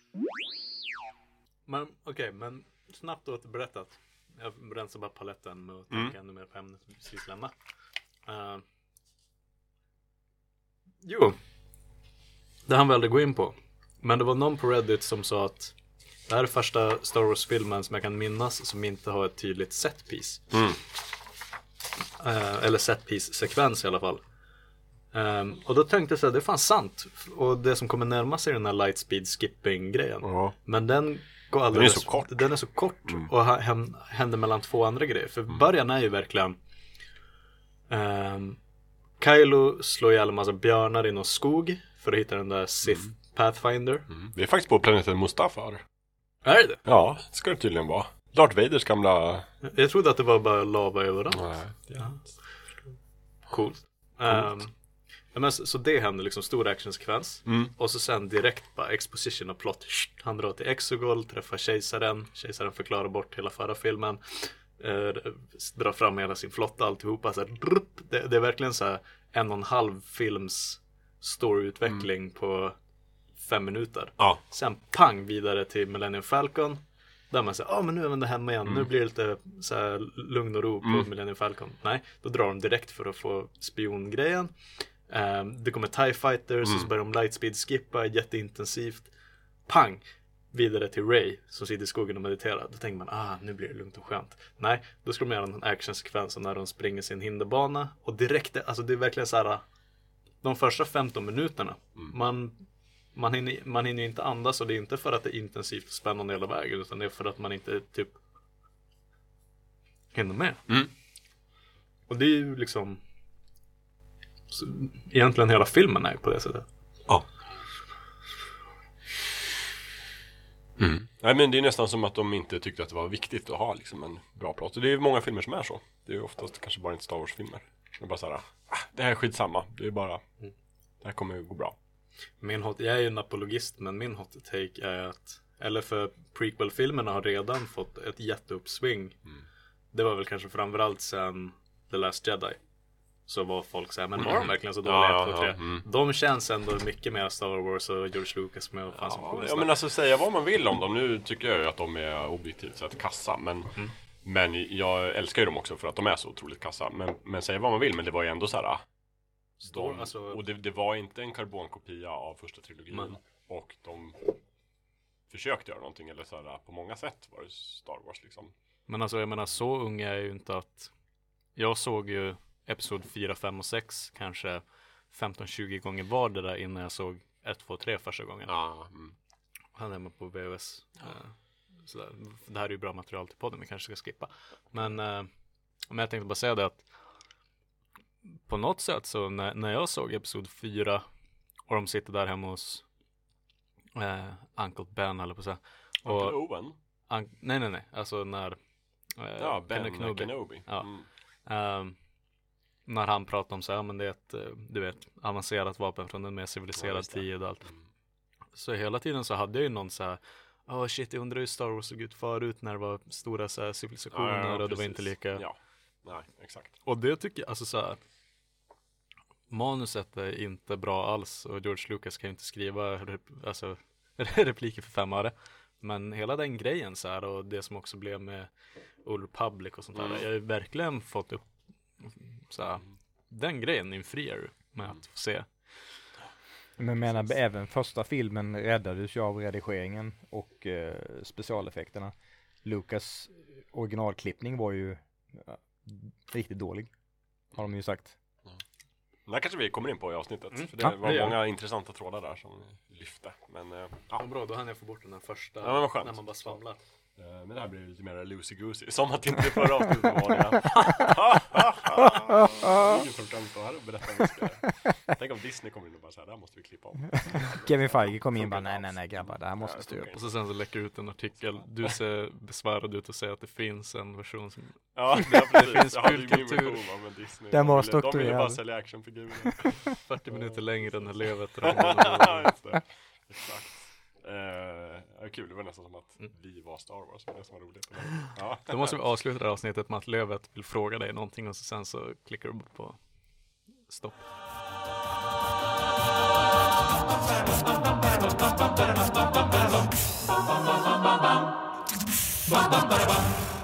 Men okej, men snabbt återberättat. Jag rensar bara paletten med att tänka ännu mer på ämnet som precis lämna. Jo, det han välde gå in på. Men det var någon på Reddit som sa att det här är första Star Wars-filmen som jag kan minnas som inte har ett tydligt setpiece. Eller setpiece-sekvens i alla fall. Och då tänkte jag så här, det är fan sant. Och det som kommer närma sig den här lightspeed skipping-grejen. Men den går alldeles, den är så kort och händer mellan två andra grejer. För början är ju verkligen Kylo slår ihjäl en massa björnar i någon skog för att hitta den där Sith Pathfinder. Det är faktiskt på planeten Mustafar. Är det? Ja, det ska det tydligen vara. Darth Vaders gamla... Jag trodde att det var bara lava överallt. Nej, Coolt. Men så det händer liksom, stor actionsekvens. Och så sen direkt bara exposition och plot. Han drar till Exegol, träffar kejsaren. Kejsaren förklarar bort hela förra filmen. Drar fram hela sin flotta, alltihopa så här, det är verkligen så här 1,5 films storyutveckling på 5 minuter. Sen pang vidare till Millennium Falcon, där man säger, men nu är det hemma igen. Nu blir det lite så här lugn och ro på Millennium Falcon. Nej, då drar de direkt för att få spiongrejen. Det kommer TIE Fighters och så börjar de lightspeed skippa jätteintensivt. Pang! Vidare till Rey som sitter i skogen och mediterar. Då tänker man, nu blir det lugnt och skönt. Nej, då ska de göra en actionsekvens när de springer sin hinderbana. Och direkt, alltså det är verkligen så här, de första 15 minuterna man hinner ju inte andas. Och det är inte för att det är intensivt och spännande hela vägen, utan det är för att man inte typ hinner med. Och det är ju liksom så, egentligen hela filmen är på det sättet. Nej, men det är nästan som att de inte tyckte att det var viktigt att ha liksom en bra plott. Och det är många filmer som är så. Det är oftast kanske bara inte Star Wars-filmer. Det är bara så här, det här är skitsamma. Det är bara, det här kommer ju gå bra. Jag är ju en apologist, men min hot take är att, eller för prequel-filmerna har redan fått ett jätteuppsving. Det var väl kanske framförallt sen The Last Jedi. Så var folk så här, men var de verkligen så dåliga? De känns ändå mycket mer Star Wars och George Lucas med men alltså säga vad man vill om dem. Nu tycker jag ju att de är objektivt sett kassa, men jag älskar ju dem också för att de är så otroligt kassa. Men säga vad man vill, men det var ju ändå så här och det var inte en karbonkopia av första trilogin. Och de försökte göra någonting, eller så här, på många sätt var det Star Wars liksom. Men alltså jag menar, så unga är ju inte att jag såg ju episod 4, 5 och 6 kanske 15-20 gånger var det där innan jag såg 1, 2, 3 första gången. Han är med på VHS. Sådär. Det här är ju bra material till podden, vi kanske ska skippa. Men jag tänkte bara säga det att på något sätt så när jag såg episod 4 och de sitter där hemma hos Uncle Ben eller på så här. Uncle Owen? Nej. Alltså när Ben Kenobi. När han pratar om så här, men det är ett, du vet, avancerat vapen från en mer civiliserad tid och allt. Så hela tiden så hade jag ju någon så här, shit, jag undrar hur Star Wars såg ut förut när det var stora så här civilisationer och det var inte lika. Nej, exakt. Och det tycker jag, alltså så här, manuset är inte bra alls och George Lucas kan ju inte skriva repliker för 5 öre. Men hela den grejen så här, och det som också blev med Old Republic och sånt där, jag har ju verkligen fått upp så här, den grejen infriar med att få se. Men jag menar, även första filmen räddades ju av redigeringen och specialeffekterna. Lucas originalklippning var ju riktigt dålig, har de ju sagt. Det här kanske vi kommer in på i avsnittet. För det var många intressanta trådar där som lyfte. Men bra, då hann jag få bort den här första när man bara svamlar. Men det här blir lite mer loosey-goosey. Som att inte det förra avsnittet var det. Ingen som kan stå här och berätta. Tänk om Disney kommer in och bara så här, det här måste vi klippa om. Kevin Feige kom in och bara, nej grabbar, det här måste styra på. Och så sen så läcker ut en artikel. Du ser besvärad ut och säger att det finns en version som... det finns kultur. De ville bara sälja actionfigurer. 40 minuter längre än Lövet. Exakt. Kul, det var nästan som att vi var Star Wars. Det som var roligt. Då måste vi avsluta det här avsnittet med att Lövet vill fråga dig någonting och sen så klickar du på stopp. bam bam bam bam bam bam bam bam bam.